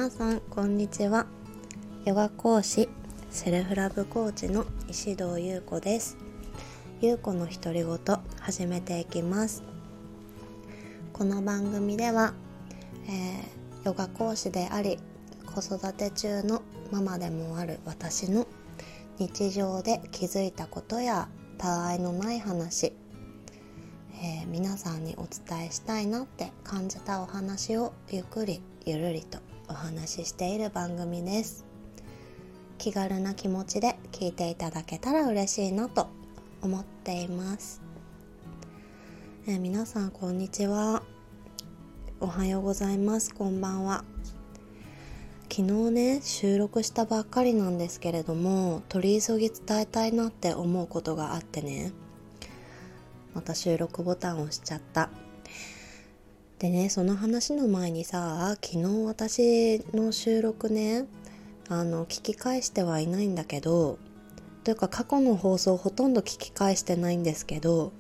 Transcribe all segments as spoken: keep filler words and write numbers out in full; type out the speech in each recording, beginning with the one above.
皆さんこんにちは。ヨガ講師セルフラブコーチの石堂優子です。優子の独り言始めていきます。この番組では、えー、ヨガ講師であり子育て中のママでもある私の日常で気づいたことやたわいのない話、えー、皆さんにお伝えしたいなって感じたお話をゆっくりゆるりとお話ししている番組です。気軽な気持ちで聞いていただけたら嬉しいなと思っています。えー、皆さんこんにちは、おはようございます、こんばんは。昨日ね収録したばっかりなんですけれども、取り急ぎ伝えたいなって思うことがあってね、また収録ボタンを押しちゃった。でね、その話の前にさ、昨日私の収録ねあの聞き返してはいないんだけど、というか過去の放送ほとんど聞き返してないんですけど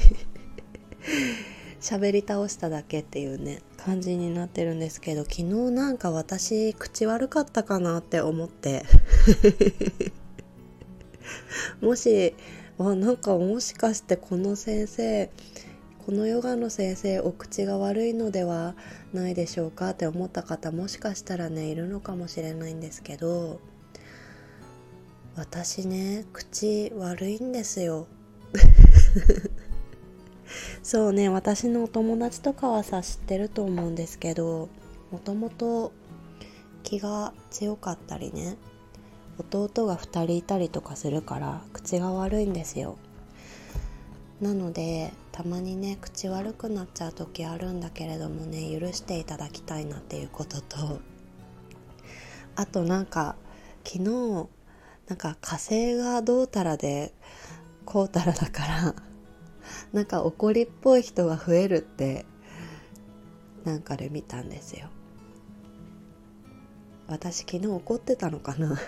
喋り倒しただけっていうね感じになってるんですけど、昨日なんか私口悪かったかなって思ってもしあなんかもしかしてこの先生このヨガの先生お口が悪いのではないでしょうかって思った方もしかしたらねいるのかもしれないんですけど、私ね口悪いんですよそうね、私のお友達とかはさ知ってると思うんですけど、もともと気が強かったりね、弟がふたりいたりとかするから口が悪いんですよ。なのでたまにね口悪くなっちゃう時あるんだけれどもね、許していただきたいなっていうことと、あとなんか昨日なんか火星がどうたらでこうたらだからなんか怒りっぽい人が増えるってなんかで見たんですよ。私昨日怒ってたのかな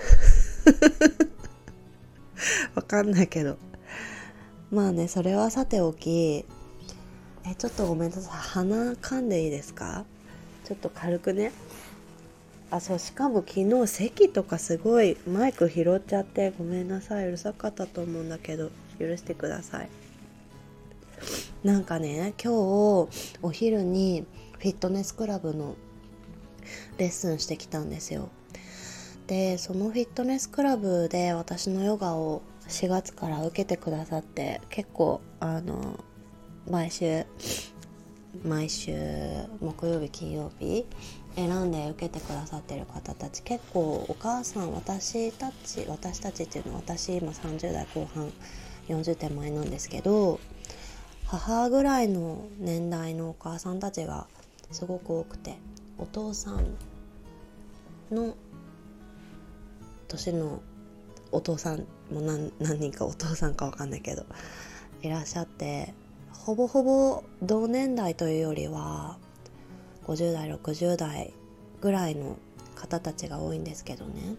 わかんないけど、まあねそれはさておき、えちょっとごめんなさい、鼻かんでいいですか？ちょっと軽くね。あ、そう、しかも昨日席とかすごいマイク拾っちゃってごめんなさい、うるさかったと思うんだけど許してください。なんかね今日お昼にフィットネスクラブのレッスンしてきたんですよ。でそのフィットネスクラブで私のヨガをしがつから受けてくださって、結構あの毎週毎週木曜日金曜日選んで受けてくださってる方たち結構お母さん、私たち私たちっていうのは私今さんじゅう代後半よんじゅう手前なんですけど、母ぐらいの年代のお母さんたちがすごく多くて、お父さんの年のお父さんも 何, 何人かお父さんか分かんないけどいらっしゃって、ほぼほぼ同年代というよりはごじゅう代ろくじゅう代ぐらいの方たちが多いんですけどね、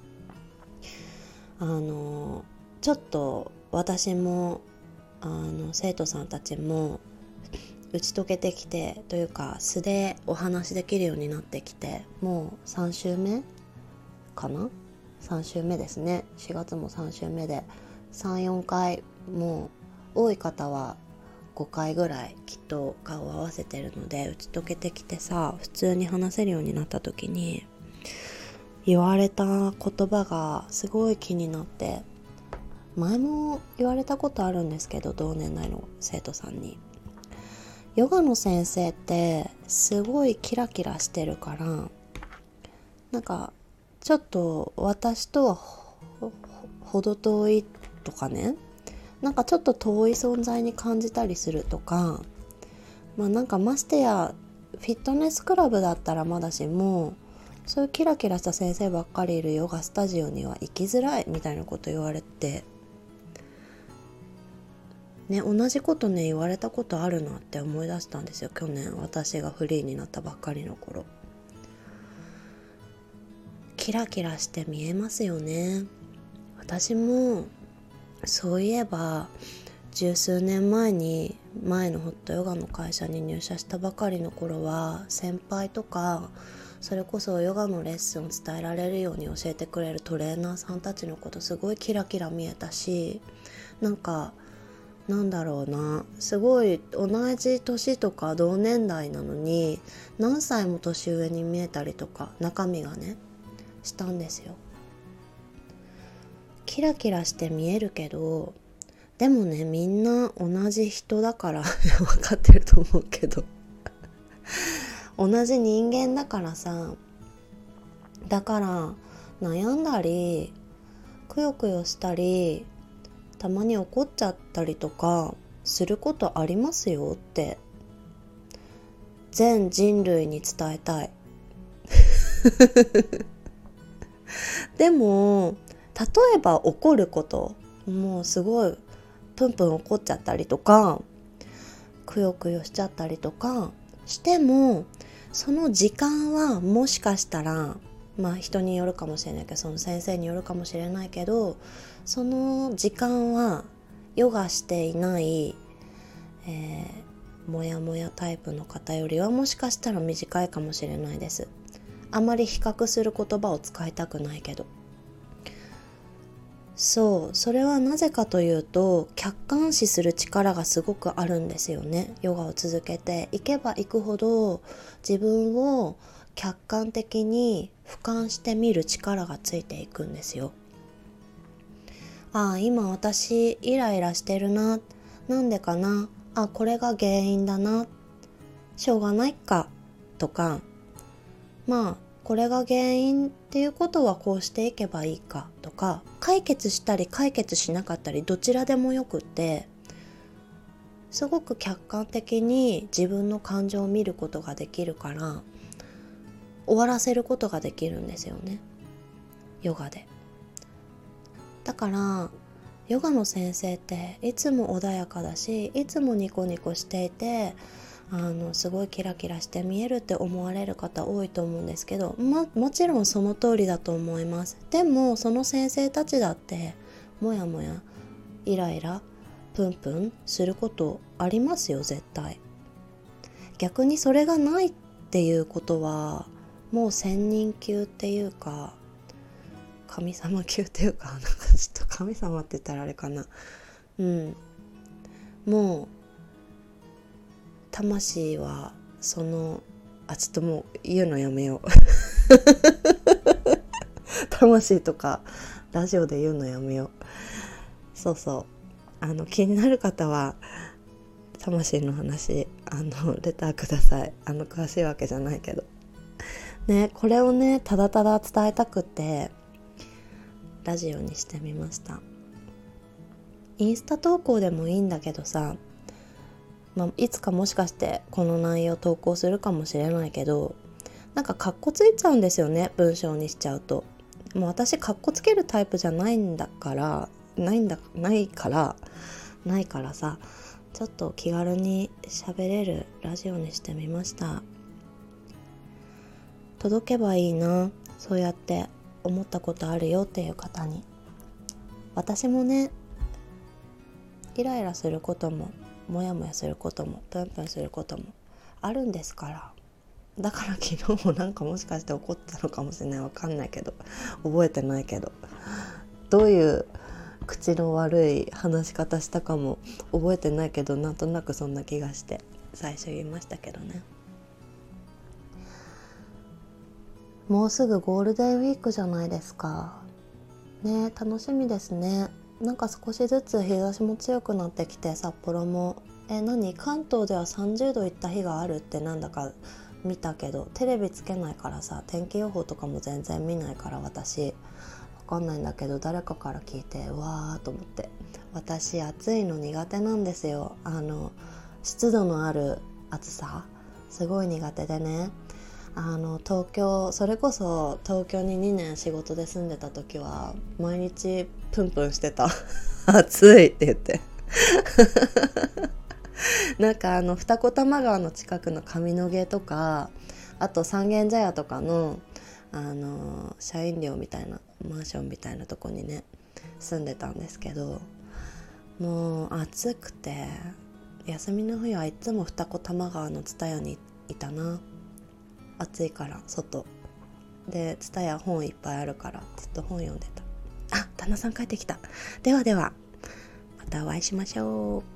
あのちょっと私もあの生徒さんたちも打ち解けてきてというか素でお話できるようになってきて、もうさん週目かなさん週目ですね。しがつもさん週目で さん,よん 回、もう多い方はごかいぐらいきっと顔を合わせてるので打ち解けてきてさ、普通に話せるようになった時に言われた言葉がすごい気になって、前も言われたことあるんですけど、同年代の生徒さんに、ヨガの先生ってすごいキラキラしてるから、なんかちょっと私とは ほ, ほど遠いとかね、なんかちょっと遠い存在に感じたりするとか、まあなんかましてやフィットネスクラブだったらまだしも、そういうキラキラした先生ばっかりいるヨガスタジオには行きづらいみたいなこと言われてね、同じことね言われたことあるなって思い出したんですよ。去年私がフリーになったばっかりの頃、キラキラして見えますよね。私もそういえば十数年前に前のホットヨガの会社に入社したばかりの頃は、先輩とかそれこそヨガのレッスンを伝えられるように教えてくれるトレーナーさんたちのことすごいキラキラ見えたし、なんかなんだろうな、すごい同じ年とか同年代なのに何歳も年上に見えたりとか、中身がねしたんですよ。キラキラして見えるけど、でもね、みんな同じ人だから分かってると思うけど同じ人間だからさ、だから悩んだりくよくよしたり、たまに怒っちゃったりとかすることありますよって全人類に伝えたいでも例えば怒ること、もうすごいプンプン怒っちゃったりとかくよくよしちゃったりとかしても、その時間はもしかしたら、まあ人によるかもしれないけど、その先生によるかもしれないけど、その時間はヨガしていない、えー、もやもやタイプの方よりはもしかしたら短いかもしれないです。あまり比較する言葉を使いたくないけど、そう、それはなぜかというと、客観視する力がすごくあるんですよね。ヨガを続けていけばいくほど自分を客観的に俯瞰してみる力がついていくんですよ。ああ、今私イライラしてるな、なんでかな、あ、これが原因だな、しょうがないかとか、まあこれが原因っていうことはこうしていけばいいかとか、解決したり解決しなかったりどちらでもよくって、すごく客観的に自分の感情を見ることができるから、終わらせることができるんですよね、ヨガで。だからヨガの先生っていつも穏やかだし、いつもニコニコしていて、あのすごいキラキラして見えるって思われる方多いと思うんですけど、ま、もちろんその通りだと思います。でもその先生たちだってもやもやイライラプンプンすることありますよ、絶対。逆にそれがないっていうことはもう仙人級っていうか神様級っていうか、なんかちょっと神様って言ったらあれかな、うんもう魂はそのあちょっともう言うのやめよう魂とかラジオで言うのやめよう。そうそう、あの気になる方は魂の話、あのレターください。あの詳しいわけじゃないけどね、これをねただただ伝えたくてラジオにしてみました。インスタ投稿でもいいんだけどさ、まあ、いつかもしかしてこの内容投稿するかもしれないけど、なんかカッコついちゃうんですよね、文章にしちゃうと。もう私カッコつけるタイプじゃないんだからないんだないからないからさ、ちょっと気軽に喋れるラジオにしてみました。届けばいいな、そうやって思ったことあるよっていう方に。私もね、イライラすることもモヤモヤすることもプンプンすることもあるんですから。だから昨日もなんかもしかして怒ったのかもしれない、わかんないけど、覚えてないけど、どういう口の悪い話し方したかも覚えてないけど、なんとなくそんな気がして最初言いましたけどね。もうすぐゴールデンウィークじゃないですかね。楽しみですね。なんか少しずつ日差しも強くなってきて、札幌もえ何関東ではさんじゅうどいった日があるってなんだか見たけど、テレビつけないからさ、天気予報とかも全然見ないから私わかんないんだけど、誰かから聞いてうわーと思って。私暑いの苦手なんですよ。あの湿度のある暑さすごい苦手でね、あの東京、それこそ東京ににねん仕事で住んでた時は毎日プンプンしてた暑いって言ってなんかあの二子玉川の近くの上野毛とか、あと三軒茶屋とかのあの社員寮みたいなマンションみたいなとこにね住んでたんですけど、もう暑くて休みの日はいつも二子玉川の蔦屋にいたな。 暑いから外で、ツタヤ本いっぱいあるからずっと本読んでた。あ、旦那さん帰ってきた。ではではまたお会いしましょう。